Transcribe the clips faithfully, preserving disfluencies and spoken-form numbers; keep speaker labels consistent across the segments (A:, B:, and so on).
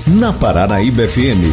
A: na Paranaíba F M.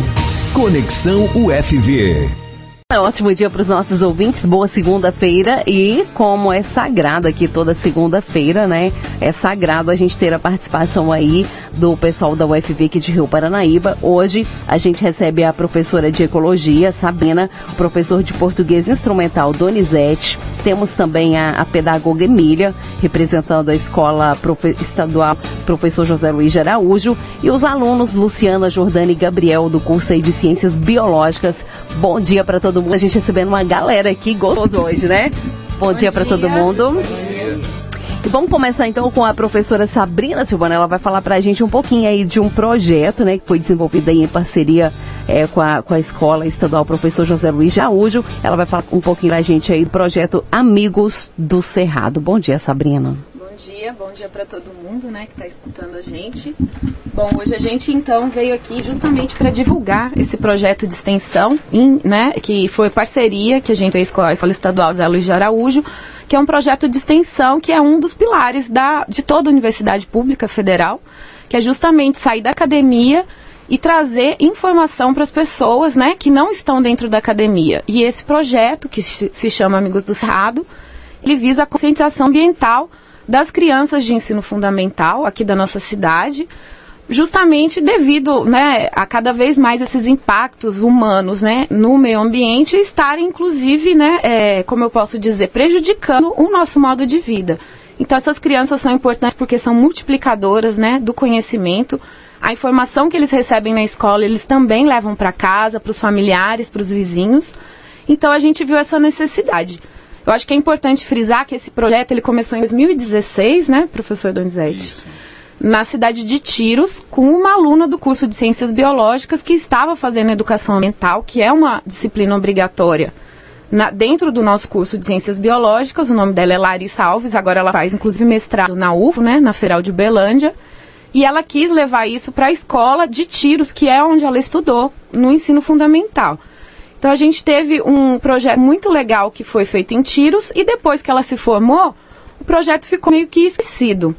A: Conexão U F V.
B: É um ótimo dia para os nossos ouvintes, boa segunda-feira, e como é sagrado aqui toda segunda-feira, né, é sagrado a gente ter a participação aí do pessoal da U F V aqui de Rio Paranaíba. Hoje a gente recebe a professora de Ecologia, Sabrina, o professor de Português Instrumental, Donizete, temos também a, a pedagoga Emília, representando a Escola Profe- Estadual Professor José Luiz de Araújo, e os alunos Luciana, Jordana e Gabriel, do curso aí de Ciências Biológicas. Bom dia para todo mundo, a gente recebendo uma galera aqui gostoso hoje, né? Bom, Bom dia para todo mundo. Bom dia. E vamos começar então com a professora Sabrina Silvana. Ela vai falar pra gente um pouquinho aí de um projeto, né, que foi desenvolvido aí em parceria é, com, a, com a Escola Estadual Professor José Luiz de Araújo. Ela vai falar um pouquinho pra gente aí do projeto Amigos do Cerrado. Bom dia, Sabrina.
C: Bom dia, bom dia para todo mundo, né, que está escutando a gente. Bom, hoje a gente então veio aqui justamente para divulgar esse projeto de extensão, em, né, que foi parceria que a gente fez com a Escola Estadual José Luiz de Araújo, que é um projeto de extensão que é um dos pilares da, de toda a Universidade Pública Federal, que é justamente sair da academia e trazer informação para as pessoas, né, que não estão dentro da academia. E esse projeto, que se chama Amigos do Cerrado, ele visa a conscientização ambiental das crianças de ensino fundamental aqui da nossa cidade, justamente devido, né, a cada vez mais esses impactos humanos, né, no meio ambiente estarem, inclusive, né, é, como eu posso dizer, prejudicando o nosso modo de vida. Então essas crianças são importantes porque são multiplicadoras, né, do conhecimento. A informação que eles recebem na escola, eles também levam para casa, para os familiares, para os vizinhos. Então a gente viu essa necessidade. Eu acho que é importante frisar que esse projeto ele começou em dois mil e dezesseis, né, professor Donizete? Isso. Na cidade de Tiros, com uma aluna do curso de Ciências Biológicas que estava fazendo Educação Ambiental, que é uma disciplina obrigatória na, dentro do nosso curso de Ciências Biológicas. O nome dela é Larissa Alves, agora ela faz inclusive mestrado na U F O, né, na Federal de Uberlândia, e ela quis levar isso para a escola de Tiros, que é onde ela estudou no ensino fundamental. Então a gente teve um projeto muito legal que foi feito em Tiros, e depois que ela se formou, o projeto ficou meio que esquecido.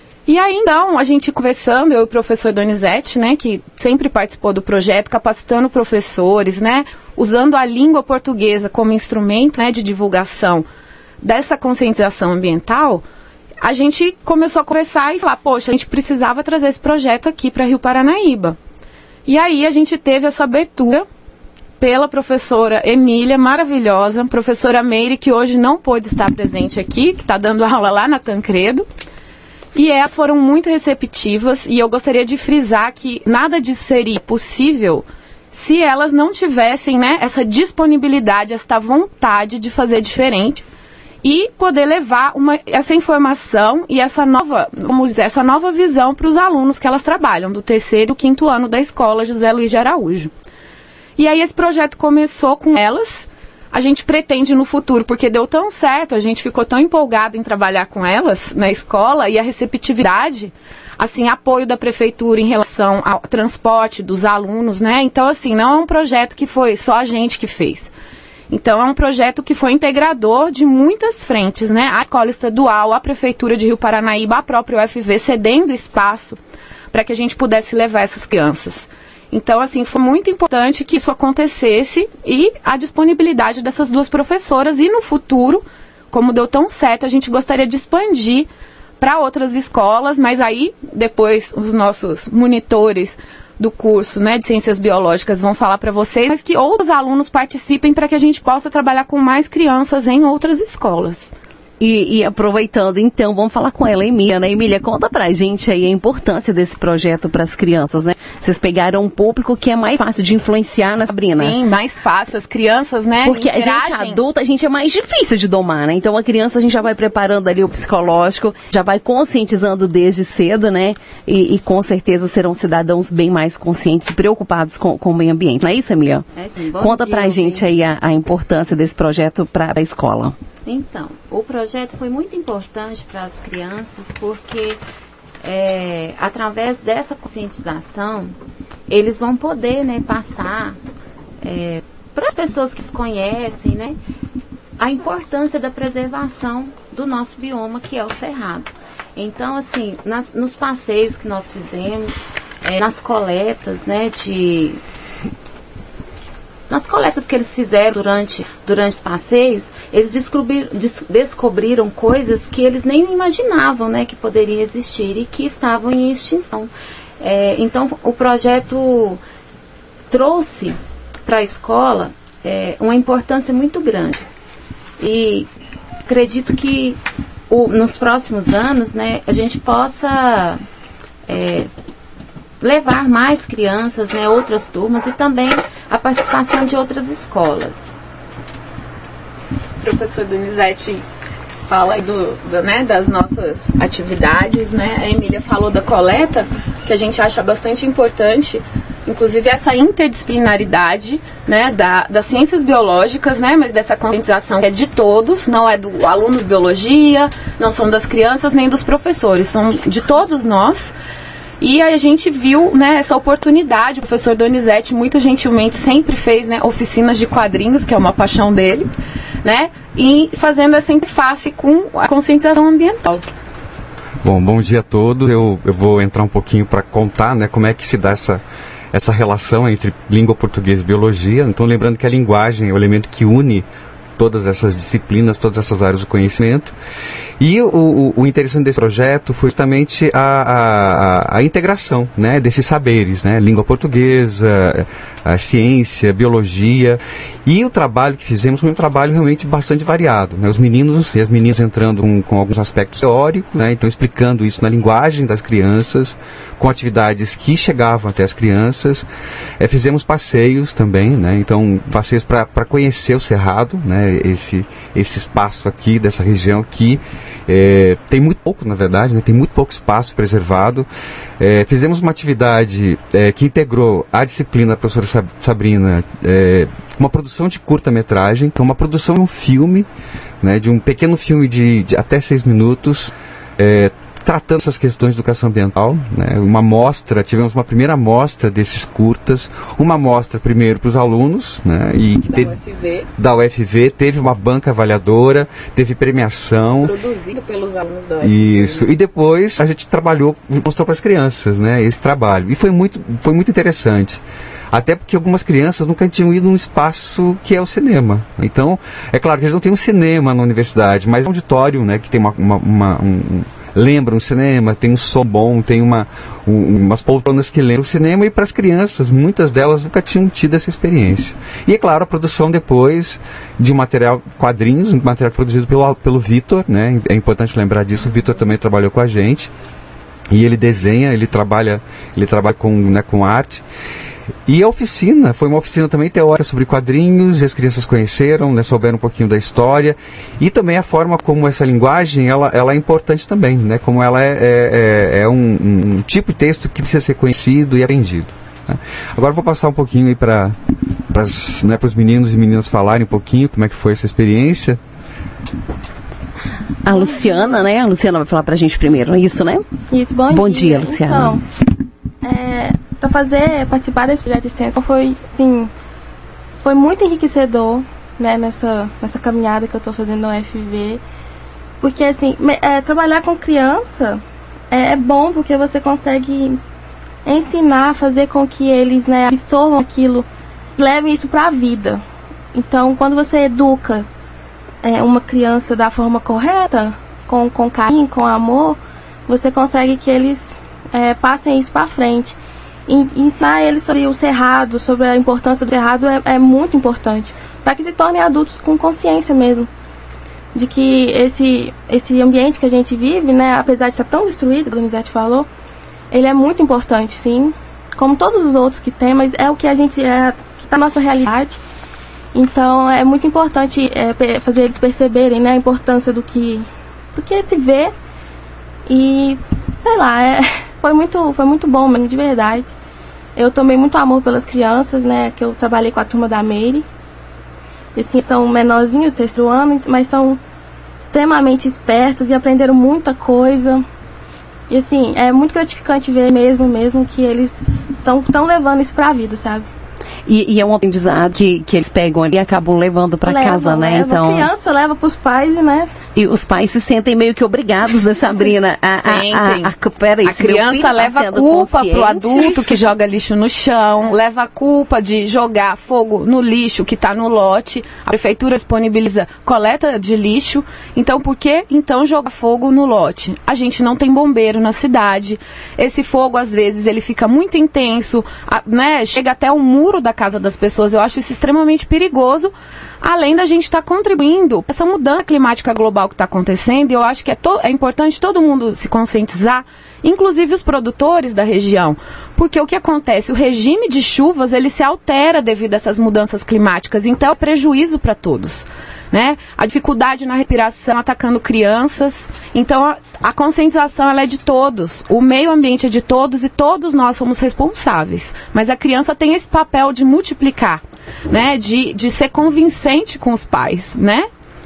C: E aí então, a gente conversando, eu e o professor Donizete, né, que sempre participou do projeto, capacitando professores, né, usando a língua portuguesa como instrumento, né, de divulgação dessa conscientização ambiental, a gente começou a conversar e falar, poxa, a gente precisava trazer esse projeto aqui para Rio Paranaíba. E aí a gente teve essa abertura pela professora Emília, maravilhosa, professora Meire, que hoje não pôde estar presente aqui, que está dando aula lá na Tancredo, e elas foram muito receptivas, e eu gostaria de frisar que nada disso seria possível se elas não tivessem, né, essa disponibilidade, essa vontade de fazer diferente e poder levar uma, essa informação e essa nova, vamos dizer, essa nova visão para os alunos que elas trabalham, do terceiro e quinto ano da Escola José Luiz de Araújo. E aí esse projeto começou com elas, a gente pretende no futuro, porque deu tão certo, a gente ficou tão empolgado em trabalhar com elas na escola, e a receptividade, assim, apoio da prefeitura em relação ao transporte dos alunos, né? Então, assim, não é um projeto que foi só a gente que fez. Então, é um projeto que foi integrador de muitas frentes, né? A Escola Estadual, a Prefeitura de Rio Paranaíba, a própria U F V, cedendo espaço para que a gente pudesse levar essas crianças. Então, assim, foi muito importante que isso acontecesse, e a disponibilidade dessas duas professoras. E no futuro, como deu tão certo, a gente gostaria de expandir para outras escolas, mas aí depois os nossos monitores do curso, né, de Ciências Biológicas vão falar para vocês, mas que outros alunos participem para que a gente possa trabalhar com mais crianças em outras escolas.
B: E, e aproveitando, então, vamos falar com ela, Emília, né? Emília, conta pra gente aí a importância desse projeto para as crianças, né? Vocês pegaram um público que é mais fácil de influenciar, né, Sabrina?
C: Sim, mais fácil, as crianças, né?
B: Porque
C: interagem.
B: A gente adulta, a gente é mais difícil de domar, né? Então a criança a gente já vai preparando ali o psicológico, já vai conscientizando desde cedo, né? E, e com certeza serão cidadãos bem mais conscientes e preocupados com, com o meio ambiente. Não é isso, Emília?
D: É sim. Bom
B: Conta
D: dia,
B: pra gente aí a, a importância desse projeto para a escola.
D: Então, o projeto foi muito importante para as crianças porque é, através dessa conscientização eles vão poder, né, passar é, para as pessoas que se conhecem, né, a importância da preservação do nosso bioma, que é o Cerrado. Então, assim, nas, nos passeios que nós fizemos, é, nas coletas, né, de... Nas coletas que eles fizeram durante, durante os passeios, eles descobriram, des, descobriram coisas que eles nem imaginavam, né, que poderiam existir e que estavam em extinção. É, então, o projeto trouxe para a escola é, uma importância muito grande. E acredito que o, nos próximos anos, né, a gente possa... É, levar mais crianças, né, outras turmas e também a participação de outras escolas.
C: Professor Donizete fala aí do, do, né, das nossas atividades, né? A Emília falou da coleta, que a gente acha bastante importante, inclusive essa interdisciplinaridade, né, da, das ciências biológicas, né, mas dessa conscientização que é de todos, não é do aluno de biologia, não são das crianças nem dos professores, são de todos nós. E a gente viu, né, essa oportunidade. O professor Donizete muito gentilmente sempre fez, né, oficinas de quadrinhos, que é uma paixão dele, né, e fazendo essa interface com a conscientização ambiental.
E: Bom, bom dia a todos. Eu, eu vou entrar um pouquinho para contar, né, como é que se dá essa, essa relação entre língua portuguesa e biologia. Então, lembrando que a linguagem é o elemento que une todas essas disciplinas, todas essas áreas do conhecimento. E o, o, o interessante desse projeto foi justamente a, a, a integração, né, desses saberes, né, língua portuguesa, a ciência, biologia. E o trabalho que fizemos foi um trabalho realmente bastante variado, né, os meninos e as meninas entrando com, com alguns aspectos teóricos, né, então explicando isso na linguagem das crianças, com atividades que chegavam até as crianças. É, fizemos passeios também, né, então passeios para conhecer o Cerrado, né, esse, esse espaço aqui dessa região que É, tem muito pouco, na verdade, né? Tem muito pouco espaço preservado. É, fizemos uma atividade é, que integrou a disciplina da professora Sabrina, é, uma produção de curta-metragem, então uma produção de um filme, né, de um pequeno filme de, de até seis minutos, é, tratando essas questões de educação ambiental, né, uma mostra, tivemos uma primeira mostra desses curtas, uma mostra primeiro para os alunos, né, e que
C: da,
E: teve,
C: U F V.
E: da U F V, teve uma banca avaliadora, teve premiação.
C: Produzido pelos alunos da U F V.
E: Isso, e depois a gente trabalhou, mostrou para as crianças, né, esse trabalho, e foi muito, foi muito interessante. Até porque algumas crianças nunca tinham ido num espaço que é o cinema. Então, é claro que eles não têm um cinema na universidade, mas é um auditório, né, que tem uma, uma, uma um, lembra um cinema, tem um som bom, tem uma, um, umas poltronas que lembram o cinema, e para as crianças, muitas delas nunca tinham tido essa experiência. E é claro, a produção depois de um material, quadrinhos, um material produzido pelo, pelo Vitor, né, é importante lembrar disso, o Vitor também trabalhou com a gente, e ele desenha, ele trabalha, ele trabalha com, né, com arte. E a oficina, foi uma oficina também teórica sobre quadrinhos, e as crianças conheceram, né, souberam um pouquinho da história, e também a forma como essa linguagem, ela, ela é importante também, né, como ela é, é, é um, um tipo de texto que precisa ser conhecido e aprendido. Né. Agora eu vou passar um pouquinho aí para né, os meninos e meninas falarem um pouquinho como é que foi essa experiência.
B: A Luciana, né, a Luciana vai falar pra gente primeiro, é isso, né?
F: Isso, bom,
B: bom
F: dia.
B: dia, Luciana.
F: Então, é... Para fazer, participar desse projeto de extensão foi, sim, foi muito enriquecedor, né, nessa, nessa caminhada que eu estou fazendo na U F V, porque, assim, é, trabalhar com criança é, é bom porque você consegue ensinar, fazer com que eles, né, absorvam aquilo, levem isso para a vida. Então, quando você educa é, uma criança da forma correta, com, com carinho, com amor, você consegue que eles é, passem isso para frente. Ensinar eles sobre o cerrado, sobre a importância do cerrado é, é muito importante, para que se tornem adultos com consciência mesmo, de que esse, esse ambiente que a gente vive, né, apesar de estar tão destruído, como o Donizete falou, ele é muito importante, sim, como todos os outros que tem, mas é o que a gente é, que está na nossa realidade. Então é muito importante é, fazer eles perceberem, né, a importância do que, do que se vê, e sei lá, é, foi, muito, foi muito bom mesmo, de verdade. Eu tomei muito amor pelas crianças, né, que eu trabalhei com a turma da Meire. E, assim, são menorzinhos, terceiro ano, mas são extremamente espertos e aprenderam muita coisa. E, assim, é muito gratificante ver mesmo, mesmo que eles estão levando isso pra vida, sabe?
B: E, e é um aprendizado que, que eles pegam ali e acabam levando para casa, né?
F: Leva.
B: Então,
F: a criança leva para os pais, né?
B: E os pais se sentem meio que obrigados, né, Sabrina? A,
C: Sentem.
B: a, a, a, peraí,
C: a criança leva a culpa pro adulto que joga lixo no chão, leva a culpa de jogar fogo no lixo que está no lote. A prefeitura disponibiliza coleta de lixo. Então, por que então jogar fogo no lote? A gente não tem bombeiro na cidade. Esse fogo, às vezes, ele fica muito intenso, a, né, chega até o muro da casa das pessoas. Eu acho isso extremamente perigoso, além da gente estar tá contribuindo essa mudança climática global que está acontecendo. E eu acho que é, to é importante todo mundo se conscientizar, inclusive os produtores da região, porque o que acontece? O regime de chuvas, ele se altera devido a essas mudanças climáticas, então é um prejuízo para todos, né? A dificuldade na respiração atacando crianças. Então a, a conscientização, ela é de todos, o meio ambiente é de todos e todos nós somos responsáveis, mas a criança tem esse papel de multiplicar, né? De, de ser convincente com os pais, né?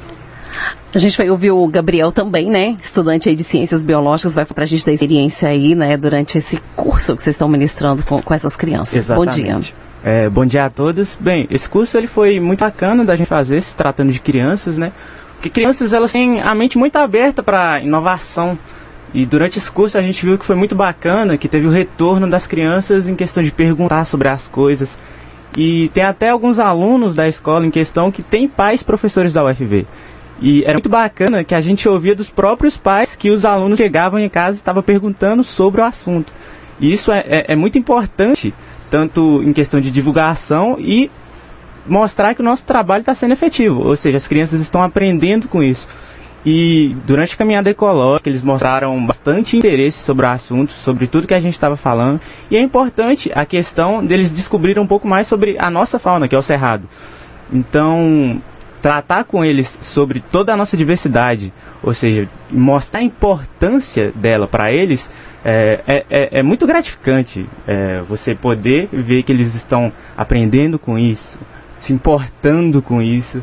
B: A gente vai ouvir o Gabriel também, né? Estudante aí de Ciências Biológicas, vai pra gente dar experiência aí, né? Durante esse curso que vocês estão ministrando com, com essas crianças.
G: Exatamente.
B: Bom dia.
G: É, bom dia a todos. Bem, esse curso ele foi muito bacana da gente fazer, se tratando de crianças, né? Porque crianças, elas têm a mente muito aberta para inovação. E durante esse curso a gente viu que foi muito bacana, que teve o retorno das crianças em questão de perguntar sobre as coisas. E tem até alguns alunos da escola em questão que têm pais professores da U F V. E era muito bacana que a gente ouvia dos próprios pais que os alunos chegavam em casa e estavam perguntando sobre o assunto. E isso é, é, é muito importante, tanto em questão de divulgação e mostrar que o nosso trabalho está sendo efetivo. Ou seja, as crianças estão aprendendo com isso. E durante a caminhada ecológica eles mostraram bastante interesse sobre o assunto, sobre tudo que a gente estava falando. E é importante a questão deles descobrirem um pouco mais sobre a nossa fauna, que é o cerrado. Então, tratar com eles sobre toda a nossa diversidade, ou seja, mostrar a importância dela para eles, é, é, é muito gratificante. É, você poder ver que eles estão aprendendo com isso, se importando com isso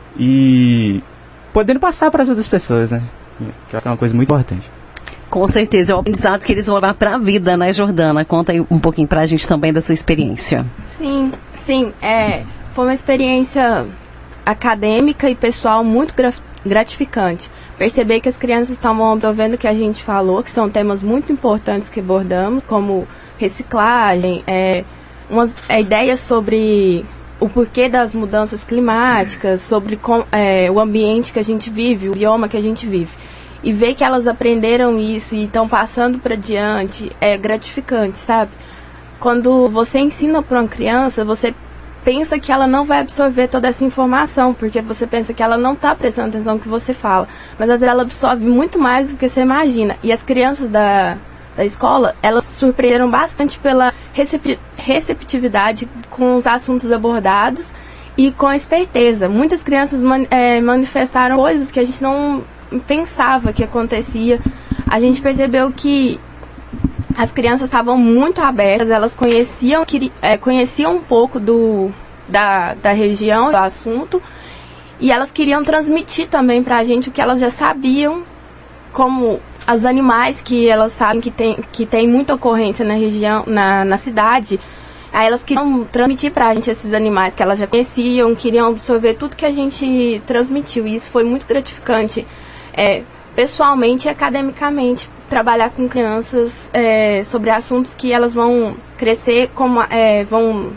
G: e podendo passar para as outras pessoas, né? Que é uma coisa muito importante.
B: Com certeza, é um aprendizado que eles vão levar para a vida, né, Jordana? Conta aí um pouquinho para a gente também da sua experiência.
F: Sim, sim, é, foi uma experiência acadêmica e pessoal muito gratificante. Perceber que as crianças estavam absorvendo o que a gente falou, que são temas muito importantes que abordamos, como reciclagem, é, umas é, ideias sobre o porquê das mudanças climáticas, sobre com, é, o ambiente que a gente vive, o bioma que a gente vive. E ver que elas aprenderam isso e estão passando para diante é gratificante, sabe? Quando você ensina para uma criança, você pensa que ela não vai absorver toda essa informação, porque você pensa que ela não está prestando atenção no que você fala. Mas às vezes ela absorve muito mais do que você imagina. E as crianças da, da escola, elas se surpreenderam bastante pela recep receptividade com os assuntos abordados e com a esperteza. Muitas crianças man é, manifestaram coisas que a gente não pensava que acontecia. A gente percebeu que as crianças estavam muito abertas, elas conheciam, que, é, conheciam um pouco do, da, da região, do assunto, e elas queriam transmitir também para a gente o que elas já sabiam, como os animais que elas sabem que tem, que tem muita ocorrência na região, na, na cidade. Aí elas queriam transmitir para a gente esses animais que elas já conheciam, queriam absorver tudo que a gente transmitiu, e isso foi muito gratificante, é, pessoalmente e academicamente, trabalhar com crianças é, sobre assuntos que elas vão crescer, como, é, vão,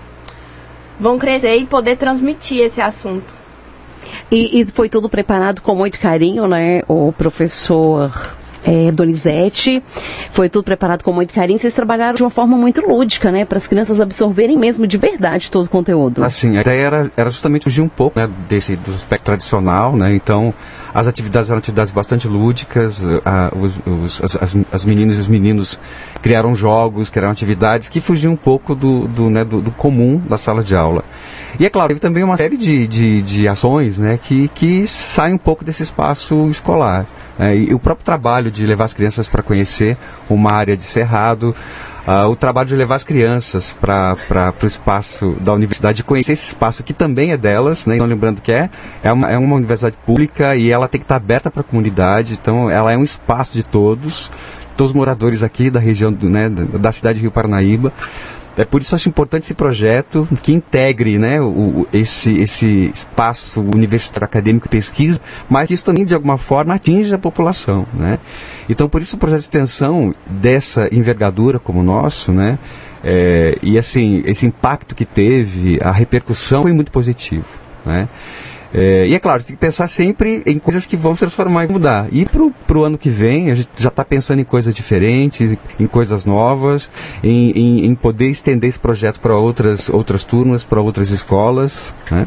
F: vão crescer e poder transmitir esse assunto.
B: E, e foi tudo preparado com muito carinho, né? O professor é, Donizete, foi tudo preparado com muito carinho. Vocês trabalharam de uma forma muito lúdica, né? Para as crianças absorverem mesmo de verdade todo o conteúdo.
E: Assim, a ideia era, era justamente fugir um pouco, né, desse, do aspecto tradicional, né? Então, as atividades eram atividades bastante lúdicas, a, os, os, as, as meninas e os meninos criaram jogos, criaram atividades que fugiam um pouco do, do, né, do, do comum da sala de aula. E é claro, teve também uma série de, de, de ações, né, que, que saem um pouco desse espaço escolar. É, e o próprio trabalho de levar as crianças para conhecer uma área de cerrado, uh, o trabalho de levar as crianças para o espaço da universidade, conhecer esse espaço que também é delas, né? Então, lembrando que é, é, uma, é uma universidade pública e ela tem que estar aberta para a comunidade, então ela é um espaço de todos, todos os moradores aqui da região, do, né, da cidade de Rio Paranaíba. É por isso que eu acho importante esse projeto que integre, né, o, esse, esse espaço universitário, acadêmico e pesquisa, mas que isso também, de alguma forma, atinge a população, né? Então, por isso o projeto de extensão dessa envergadura como o nosso, né, é, e assim, esse impacto que teve, a repercussão foi muito positiva, né? É, e é claro, tem que pensar sempre em coisas que vão se transformar e mudar. E para o ano que vem, a gente já está pensando em coisas diferentes, em coisas novas, em, em, em poder estender esse projeto para outras, outras turmas, para outras escolas, né?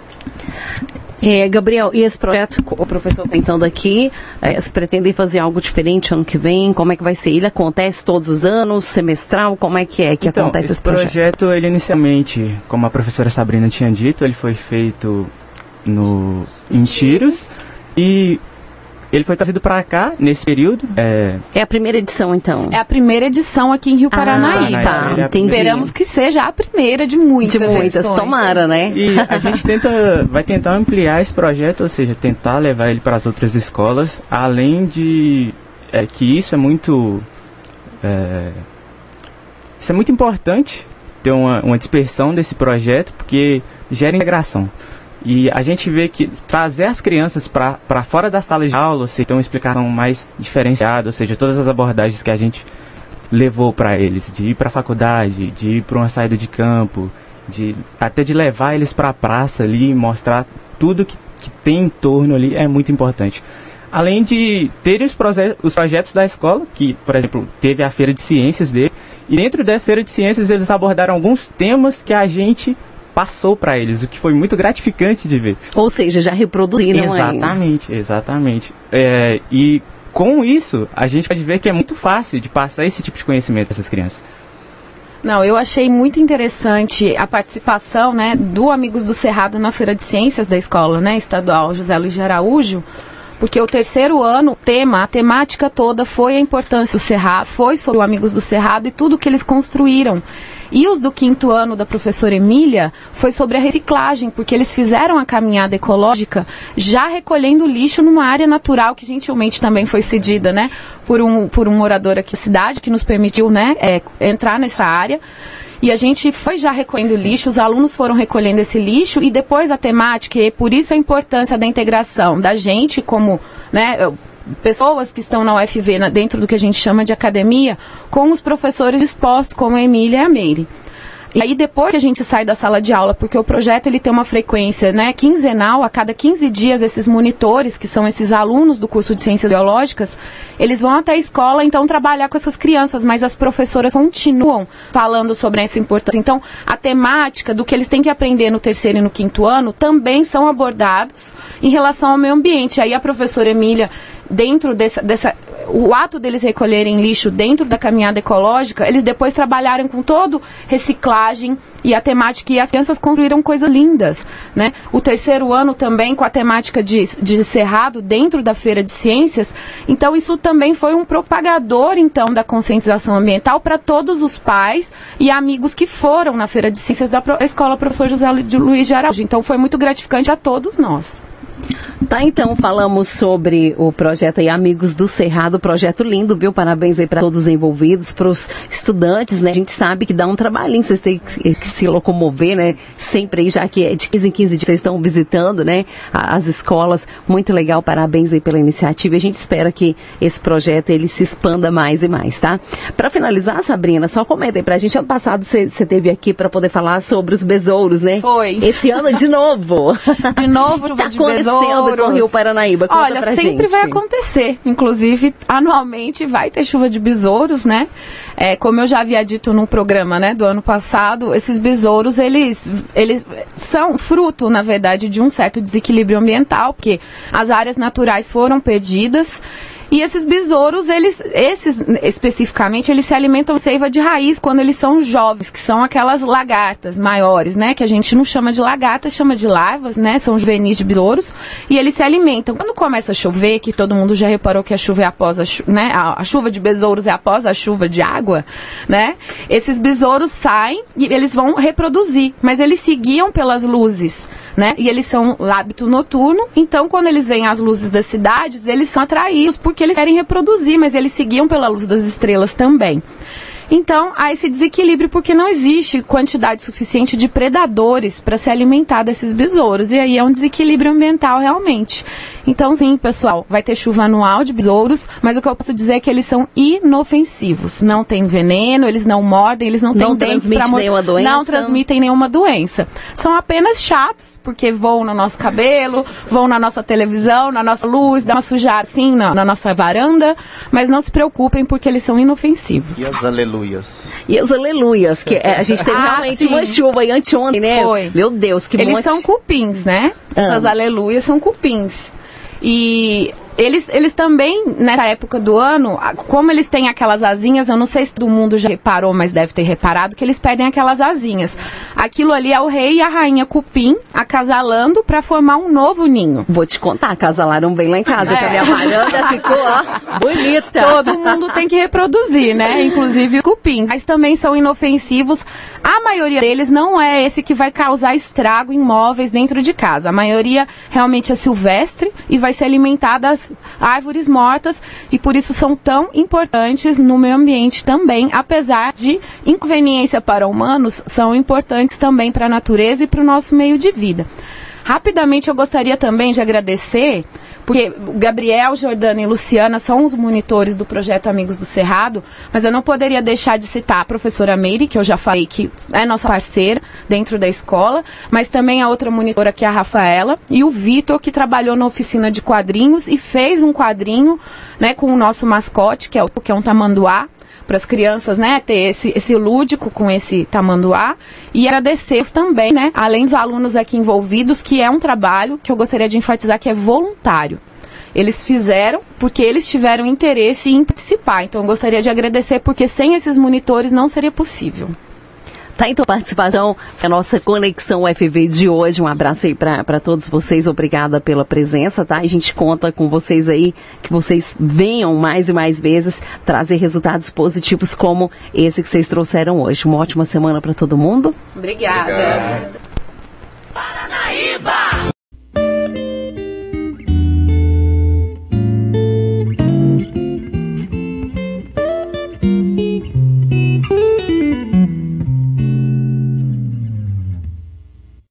B: É, Gabriel, e esse projeto, o professor comentando aqui, é, vocês pretendem fazer algo diferente ano que vem? Como é que vai ser? Ele acontece todos os anos, semestral? Como é que é que
G: então,
B: acontece esse,
G: esse
B: projeto?
G: projeto, ele inicialmente, como a professora Sabrina tinha dito, ele foi feito no, em Tiros e ele foi trazido para cá nesse período. É...
B: é a primeira edição, então?
C: É a primeira edição aqui em Rio Paranaíba.
B: Ah, tá, entendi.
C: Esperamos que seja a primeira de muitas
B: De muitas,
C: edições.
B: tomara, né?
G: E a gente tenta, vai tentar ampliar esse projeto, ou seja, tentar levar ele para as outras escolas, além de é, que isso é muito é, isso é muito importante, ter uma, uma dispersão desse projeto, porque gera integração. E a gente vê que trazer as crianças para fora da sala de aula, ou seja, ter uma explicação mais diferenciada, ou seja, todas as abordagens que a gente levou para eles, de ir para a faculdade, de ir para uma saída de campo, de, até de levar eles para a praça ali, mostrar tudo que, que tem em torno ali, é muito importante. Além de ter os, proje os projetos da escola, que, por exemplo, teve a Feira de Ciências dele, e dentro dessa Feira de Ciências eles abordaram alguns temas que a gente passou para eles, o que foi muito gratificante de ver.
B: Ou seja, já reproduziram.
G: Exatamente, exatamente. É, e com isso, a gente pode ver que é muito fácil de passar esse tipo de conhecimento para essas crianças.
C: Não, eu achei muito interessante a participação, né, do Amigos do Cerrado na Feira de Ciências da escola, né, estadual José Luiz de Araújo, porque o terceiro ano, o tema, a temática toda foi a importância do Cerrado, foi sobre o Amigos do Cerrado e tudo que eles construíram. E os do quinto ano da professora Emília foi sobre a reciclagem, porque eles fizeram a caminhada ecológica já recolhendo lixo numa área natural que gentilmente também foi cedida, né, por um, por um morador aqui da cidade que nos permitiu, né, é, entrar nessa área. E a gente foi já recolhendo lixo, os alunos foram recolhendo esse lixo e depois a temática, e por isso a importância da integração da gente como, né, pessoas que estão na U F V, na, dentro do que a gente chama de academia, com os professores expostos, como a Emília e a Meire. E aí depois que a gente sai da sala de aula, porque o projeto ele tem uma frequência, né, quinzenal, a cada quinze dias esses monitores, que são esses alunos do curso de Ciências Biológicas, eles vão até a escola, então, trabalhar com essas crianças, mas as professoras continuam falando sobre essa importância. Então, a temática do que eles têm que aprender no terceiro e no quinto ano também são abordados em relação ao meio ambiente. Aí a professora Emília, dentro dessa, dessa, o ato deles recolherem lixo dentro da caminhada ecológica, eles depois trabalharam com todo reciclagem e a temática, e as crianças construíram coisas lindas, né? O terceiro ano também com a temática de, de cerrado dentro da Feira de Ciências, então isso também foi um propagador, então, da conscientização ambiental para todos os pais e amigos que foram na Feira de Ciências da Escola Professor José Luiz de Araújo, então foi muito gratificante a todos nós.
B: Tá, então falamos sobre o projeto aí Amigos do Cerrado, projeto lindo, viu? Parabéns aí para todos os envolvidos, para os estudantes, né? A gente sabe que dá um trabalhinho, vocês têm que, que se locomover, né? Sempre aí, já que é de quinze em quinze dias vocês estão visitando, né? As escolas, muito legal, parabéns aí pela iniciativa. A gente espera que esse projeto ele se expanda mais e mais, tá? Para finalizar, Sabrina, só comenta aí pra gente, ano passado você esteve aqui para poder falar sobre os besouros, né?
C: Foi.
B: Esse ano de novo.
C: De novo, chuva
B: tá
C: de besouros.
B: Com o Rio Paranaíba, conta
C: Olha,
B: pra
C: sempre
B: gente.
C: vai acontecer. Inclusive, anualmente vai ter chuva de besouros, né? É, como eu já havia dito num programa, né, do ano passado, esses besouros, eles, eles são fruto, na verdade, de um certo desequilíbrio ambiental, porque as áreas naturais foram perdidas. E esses besouros, eles, esses especificamente, eles se alimentam de seiva de raiz quando eles são jovens, que são aquelas lagartas maiores, né? Que a gente não chama de lagartas, chama de larvas, né? São juvenis de besouros. E eles se alimentam. Quando começa a chover, que todo mundo já reparou que a chuva é após a chuva, né? A, a chuva de besouros é após a chuva de água, né? Esses besouros saem e eles vão reproduzir. Mas eles se guiam pelas luzes, né? E eles são hábito noturno. Então, quando eles veem as luzes das cidades, eles são atraídos porque que eles querem reproduzir, mas eles seguiam pela luz das estrelas também. Então, há esse desequilíbrio porque não existe quantidade suficiente de predadores para se alimentar desses besouros. E aí é um desequilíbrio ambiental realmente. Então, sim, pessoal, vai ter chuva anual de besouros, mas o que eu posso dizer é que eles são inofensivos. Não tem veneno, eles não mordem, eles não têm
B: Não
C: dentes
B: transmite
C: para
B: nenhuma doença.
C: Não transmitem nenhuma doença. São apenas chatos, porque voam no nosso cabelo, voam na nossa televisão, na nossa luz, dá uma sujada assim na, na nossa varanda, mas não se preocupem porque eles são inofensivos.
H: E as aleluias?
B: E os aleluias, que é, a gente teve
C: Ah,
B: realmente
C: sim.
B: uma chuva aí anteontem, né?
C: Foi.
B: Meu Deus, que
C: Eles
B: monte.
C: são cupins, né?
B: Ah.
C: Essas aleluias são cupins. E eles, eles também, nessa época do ano, a- como eles têm aquelas asinhas, eu não sei se todo mundo já reparou, mas deve ter reparado, que eles pedem aquelas asinhas. Aquilo ali é o rei e a rainha cupim acasalando para formar um novo ninho.
B: Vou te contar, casalaram bem lá em casa, que a minha varanda ficou, ó, bonita.
C: Todo mundo tem que reproduzir, né? Inclusive os cupins. Mas também são inofensivos. A maioria deles não é esse que vai causar estrago em móveis dentro de casa. A maioria realmente é silvestre e vai se alimentar das árvores mortas e por isso são tão importantes no meio ambiente também, apesar de inconveniência para humanos, são importantes também para a natureza e para o nosso meio de vida. Rapidamente eu gostaria também de agradecer, porque o Gabriel, Jordana e Luciana são os monitores do projeto Amigos do Cerrado, mas eu não poderia deixar de citar a professora Meire, que eu já falei que é nossa parceira dentro da escola, mas também a outra monitora que é a Rafaela, e o Vitor, que trabalhou na oficina de quadrinhos e fez um quadrinho, né, com o nosso mascote, que é, o, que é um tamanduá, para as crianças, né, ter esse, esse lúdico com esse tamanduá, e agradecer também, né, além dos alunos aqui envolvidos, que é um trabalho que eu gostaria de enfatizar que é voluntário. Eles fizeram porque eles tiveram interesse em participar, então eu gostaria de agradecer porque sem esses monitores não seria possível.
B: Tá, então, participação, a nossa Conexão U F V de hoje. Um abraço aí para todos vocês. Obrigada pela presença, tá? A gente conta com vocês aí, que vocês venham mais e mais vezes trazer resultados positivos como esse que vocês trouxeram hoje. Uma ótima semana para todo mundo.
C: Obrigada.
H: Obrigado.